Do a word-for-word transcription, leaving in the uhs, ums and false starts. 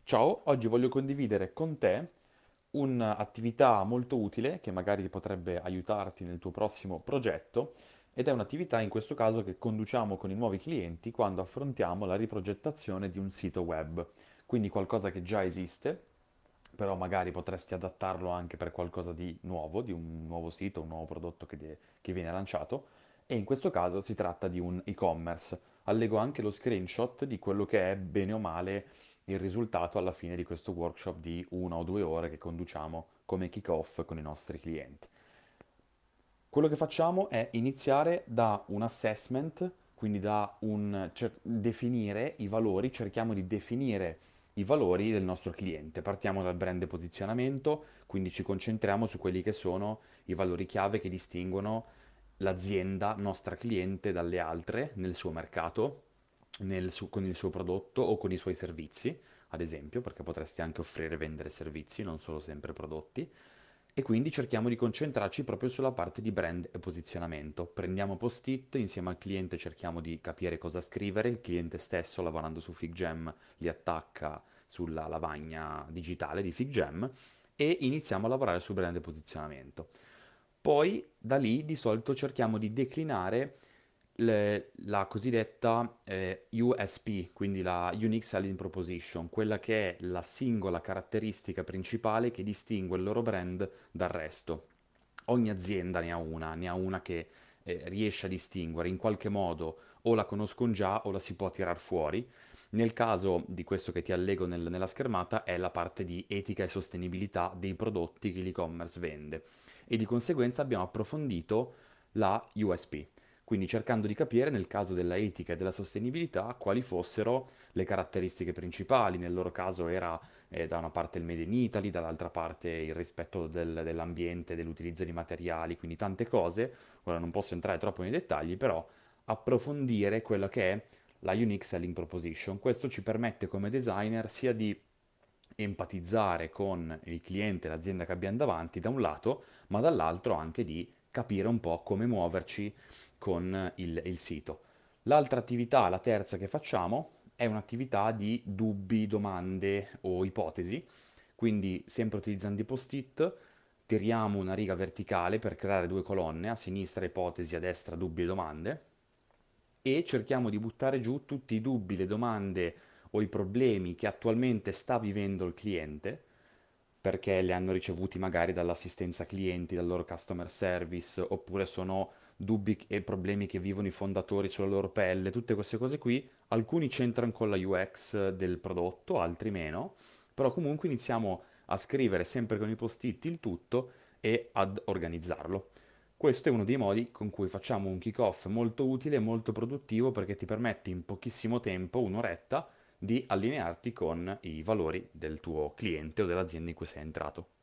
Ciao, oggi voglio condividere con te un'attività molto utile che magari potrebbe aiutarti nel tuo prossimo progetto ed è un'attività in questo caso che conduciamo con i nuovi clienti quando affrontiamo la riprogettazione di un sito web. Quindi qualcosa che già esiste, però magari potresti adattarlo anche per qualcosa di nuovo, di un nuovo sito, un nuovo prodotto che, de- che viene lanciato. E in questo caso si tratta di un e-commerce. Allego anche lo screenshot di quello che è bene o male il risultato alla fine di questo workshop di una o due ore che conduciamo come kick-off con i nostri clienti. Quello che facciamo è iniziare da un assessment, quindi da un cer- definire i valori, cerchiamo di definire i valori del nostro cliente. Partiamo dal brand e posizionamento, quindi ci concentriamo su quelli che sono i valori chiave che distinguono l'azienda nostra cliente dalle altre nel suo mercato, nel su- con il suo prodotto o con i suoi servizi, ad esempio, perché potresti anche offrire e vendere servizi, non solo sempre prodotti. E quindi cerchiamo di concentrarci proprio sulla parte di brand e posizionamento. Prendiamo post-it, insieme al cliente cerchiamo di capire cosa scrivere, il cliente stesso lavorando su FigJam li attacca sulla lavagna digitale di FigJam e iniziamo a lavorare su brand e posizionamento. Poi da lì di solito cerchiamo di declinare le- la cosiddetta eh, U S P, quindi la Unique Selling Proposition, quella che è la singola caratteristica principale che distingue il loro brand dal resto. Ogni azienda ne ha una, ne ha una che eh, riesce a distinguere in qualche modo, o la conoscono già o la si può tirar fuori. Nel caso di questo che ti allego nel- nella schermata è la parte di etica e sostenibilità dei prodotti che l'e-commerce vende e di conseguenza abbiamo approfondito la U S P, quindi cercando di capire nel caso della etica e della sostenibilità quali fossero le caratteristiche principali. Nel loro caso era eh, da una parte il Made in Italy, dall'altra parte il rispetto del- dell'ambiente, dell'utilizzo di materiali, quindi tante cose. Ora non posso entrare troppo nei dettagli, però approfondire quello che è la Unique Selling Proposition. Questo ci permette come designer sia di empatizzare con il cliente, l'azienda che abbiamo davanti da un lato, ma dall'altro anche di capire un po' come muoverci con il, il sito. L'altra attività, la terza che facciamo, è un'attività di dubbi, domande o ipotesi, quindi sempre utilizzando i post-it, tiriamo una riga verticale per creare due colonne, a sinistra ipotesi, a destra dubbi e domande, e cerchiamo di buttare giù tutti i dubbi, le domande o i problemi che attualmente sta vivendo il cliente, perché li hanno ricevuti magari dall'assistenza clienti, dal loro customer service, oppure sono dubbi e problemi che vivono i fondatori sulla loro pelle, tutte queste cose qui. Alcuni c'entrano con la U X del prodotto, altri meno, però comunque iniziamo a scrivere sempre con i post-it il tutto e ad organizzarlo. Questo è uno dei modi con cui facciamo un kick-off molto utile e molto produttivo perché ti permette in pochissimo tempo, un'oretta, di allinearti con i valori del tuo cliente o dell'azienda in cui sei entrato.